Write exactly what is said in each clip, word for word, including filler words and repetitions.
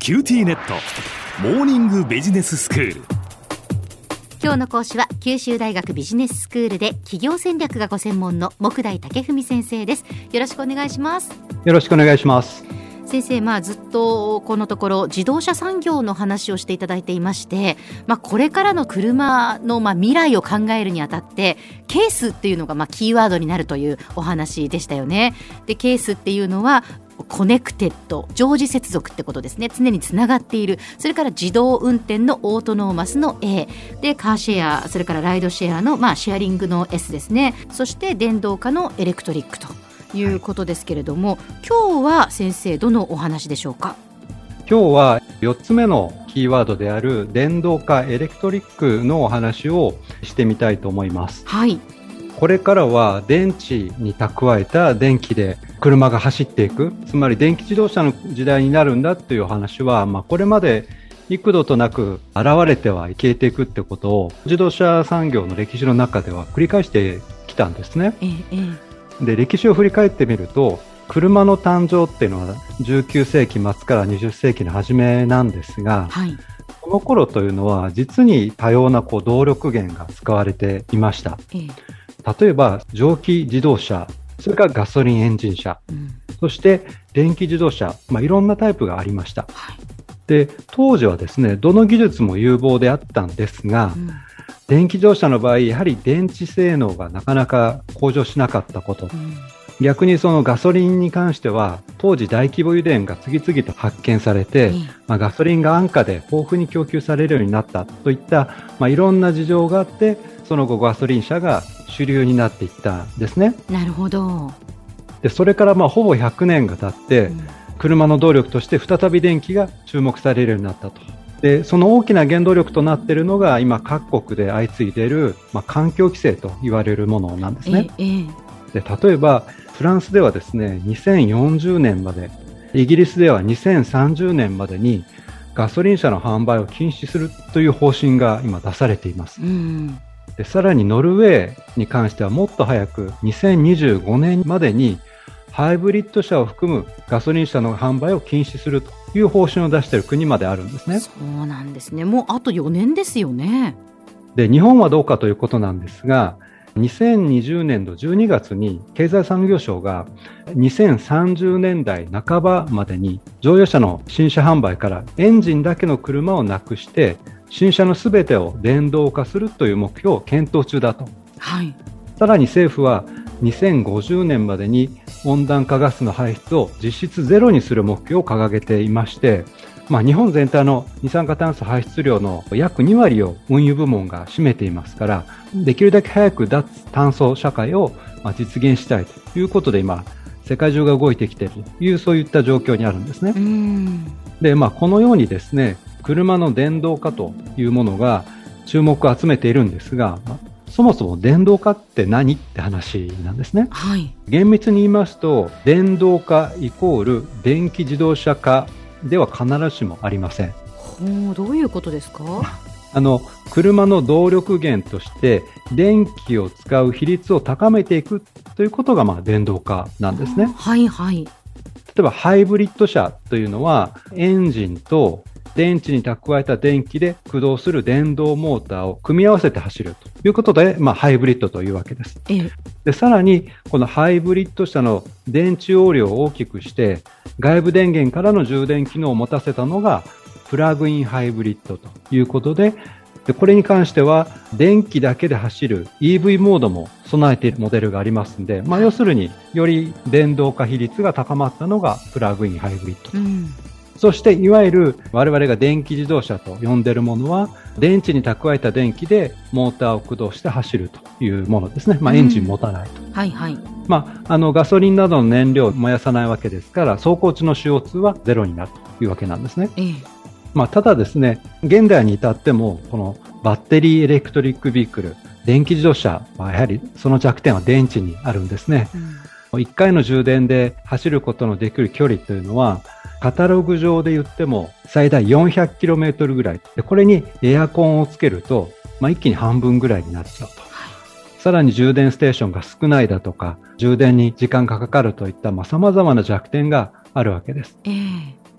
キューティーネットモーニングビジネススクール。 今日の講師は九州大学ビジネススクールで企業戦略がご専門の杢代武文先生です。よろしくお願いします。 よろしくお願いします。 先生、まあ、ずっとこのところ自動車産業の話をしていただいていまして、まあ、これからの車のまあ未来を考えるにあたってケースっていうのがまあキーワードになるというお話でしたよね。でケースっていうのはコネクテッド、常時接続ってことですね。常につながっている。それから自動運転のオートノーマスの A で、カーシェア、それからライドシェアのまあシェアリングの S ですね。そして電動化のエレクトリックということですけれども、はい、今日は先生どのお話でしょうか。 今日はよっつめのキーワードである電動化エレクトリックのお話をしてみたいと思います。 はい。 これからは電池に蓄えた電気で車が走っていく、つまり電気自動車の時代になるんだという話は、まあ、これまで幾度となく現れては消えていくってことを自動車産業の歴史の中では繰り返してきたんですね。 ええ、 で歴史を振り返ってみると、車の誕生っていうのはじゅうきゅうせいき末からにじゅっせいきの初めなんですが、 はい、 この頃というのは実に多様なこう動力源が使われていました。 ええ、 例えば蒸気自動車、それからガソリンエンジン車、うん、そして電気自動車、まあ、いろんなタイプがありました。 はい、 で当時はですね、どの技術も有望であったんですが、うん、電気自動車の場合やはり電池性能がなかなか向上しなかったこと、うん、逆にそのガソリンに関しては当時大規模油田が次々と発見されて、うんまあ、ガソリンが安価で豊富に供給されるようになったといった、まあ、いろんな事情があって、その後ガソリン車が主流になっていったんですね。 なるほど。 でそれからまあほぼひゃくねんが経って、うん、車の動力として再び電気が注目されるようになったと。でその大きな原動力となっているのが今各国で相次いでいる、まあ、環境規制と言われるものなんですね。 ええ、 で例えばフランスではですね、にせんよんじゅうねんまで、イギリスではにせんさんじゅうねんまでにガソリン車の販売を禁止するという方針が今出されています。 うんでさらにノルウェーに関してはもっと早くにせんにじゅうごねんまでにハイブリッド車を含むガソリン車の販売を禁止するという方針を出している国まであるんですね。 そうなんですね。もうあとよねんですよね。 で日本はどうかということなんですが、にせんにじゅうねんどじゅうにがつに経済産業省がにせんさんじゅうねんだいなかばまでに乗用車の新車販売からエンジンだけの車をなくして新車のすべてを電動化するという目標を検討中だと。 はい、さらに政府はにせんごじゅうねんまでに温暖化ガスの排出を実質ゼロにする目標を掲げていまして、まあ、日本全体の二酸化炭素排出量の約にわりを運輸部門が占めていますから、できるだけ早く脱炭素社会を実現したいということで今世界中が動いてきているという、そういった状況にあるんですね。 うん、 で、まあ、このようにですね、車の電動化というものが注目を集めているんですが、そもそも電動化って何って話なんですね。 はい、 厳密に言いますと、電動化イコール電気自動車化では必ずしもありません。 ほう、どういうことですか？ あの車の動力源として電気を使う比率を高めていくということがまあ電動化なんですね。 はいはい。 例えばハイブリッド車というのはエンジンと電池に蓄えた電気で駆動する電動モーターを組み合わせて走るということで、まあ、ハイブリッドというわけです。 えでさらにこのハイブリッド車の電池容量を大きくして外部電源からの充電機能を持たせたのがプラグインハイブリッドということで、でこれに関しては電気だけで走る イーブイ モードも備えているモデルがありますので、まあ、要するにより電動化比率が高まったのがプラグインハイブリッドと、うん、そしていわゆる我々が電気自動車と呼んでいるものは電池に蓄えた電気でモーターを駆動して走るというものですね。まあ、エンジン持たないと、 うん、はいはい。 まあ、あのガソリンなどの燃料を燃やさないわけですから走行中の シーオーツー はゼロになるというわけなんですね。 ええ、 まあ、ただですね、現代に至ってもこのバッテリーエレクトリックビークル、電気自動車はやはりその弱点は電池にあるんですね。うん、いっかいの充電で走ることのできる距離というのはカタログ上で言っても最大 よんひゃくキロメートル ぐらいで、これにエアコンをつけると、まあ、一気に半分ぐらいになっちゃうと。さらに充電ステーションが少ないだとか充電に時間がかかるといった、まあ、様々な弱点があるわけです。 えー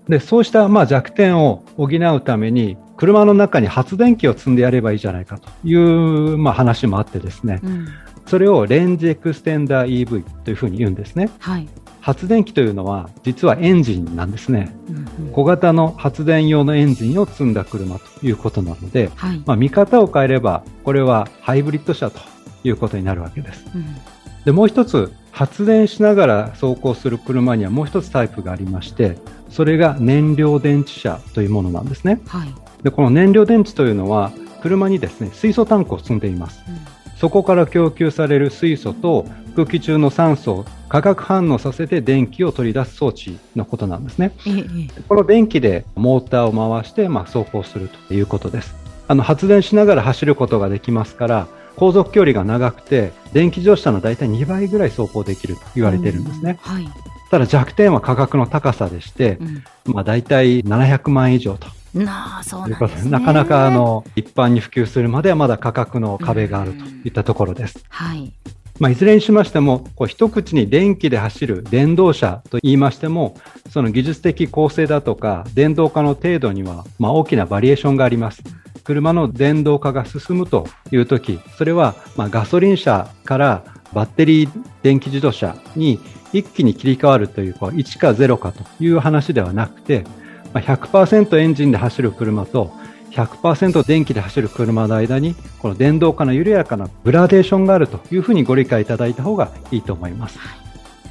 でそうしたまあ弱点を補うために車の中に発電機を積んでやればいいじゃないかというまあ話もあってですね、うん、それをレンジエクステンダー イーブイ というふうに言うんですね、はい、発電機というのは実はエンジンなんですね、うんうん、小型の発電用のエンジンを積んだ車ということなので、はい、まあ、見方を変えればこれはハイブリッド車ということになるわけです、うん、でもう一つ発電しながら走行する車にはもう一つタイプがありまして、それが燃料電池車というものなんですね、はい、でこの燃料電池というのは車にですね水素タンクを積んでいます、うん、そこから供給される水素と空気中の酸素を化学反応させて電気を取り出す装置のことなんですね、ええ、この電気でモーターを回してまあ走行するということです。あの発電しながら走ることができますから航続距離が長くて電気自動車のだいたいにばいぐらい走行できると言われているんですね、はい、ただ弱点は価格の高さでして、うん、まあ、だいたいななひゃくまんえん以上となあ、そうなんですね。 なかなかあの一般に普及するまではまだ価格の壁があるといったところです、はい、まあ、いずれにしましてもこう一口に電気で走る電動車と言いましてもその技術的構成だとか電動化の程度にはまあ大きなバリエーションがあります。車の電動化が進むというとき、それはまあガソリン車からバッテリー電気自動車に一気に切り替わるという、こういちかゼロかという話ではなくて、ひゃくパーセント エンジンで走る車と ひゃくパーセント 電気で走る車の間にこの電動化の緩やかなグラデーションがあるというふうにご理解いただいた方がいいと思います。 はい、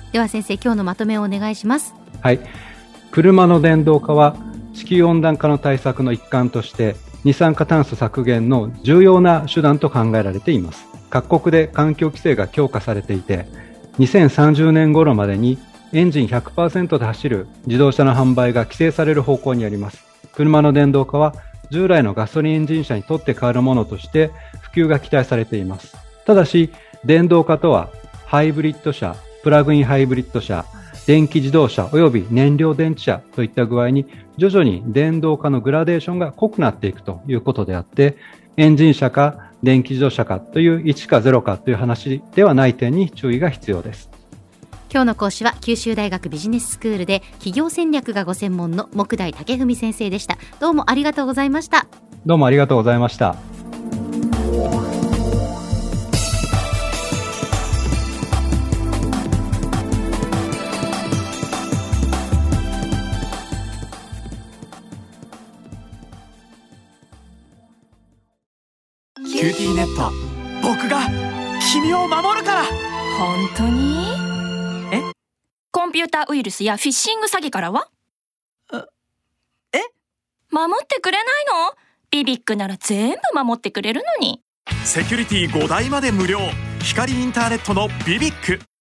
では先生、今日のまとめをお願いします。 はい、車の電動化は地球温暖化の対策の一環として二酸化炭素削減の重要な手段と考えられています。各国で環境規制が強化されていて、にせんさんじゅうねん頃までにエンジン ひゃくパーセント で走る自動車の販売が規制される方向にあります。車の電動化は従来のガソリンエンジン車にとって変わるものとして普及が期待されています。ただし、電動化とはハイブリッド車、プラグインハイブリッド車、電気自動車および燃料電池車といった具合に徐々に電動化のグラデーションが濃くなっていくということであって、エンジン車か電気自動車かといういちかゼロかという話ではない点に注意が必要です。 今日の講師は九州大学ビジネススクールで企業戦略がご専門の杢代武文先生でした。どうもありがとうございました。 どうもありがとうございました。 キューティーネット、僕が君を守るから。 本当に？え？コンピューターウイルスやフィッシング詐欺からは？ え？ 守ってくれないの？ビビックなら全部守ってくれるのに。 セキュリティごだいまで無料。光インターネットのビビック。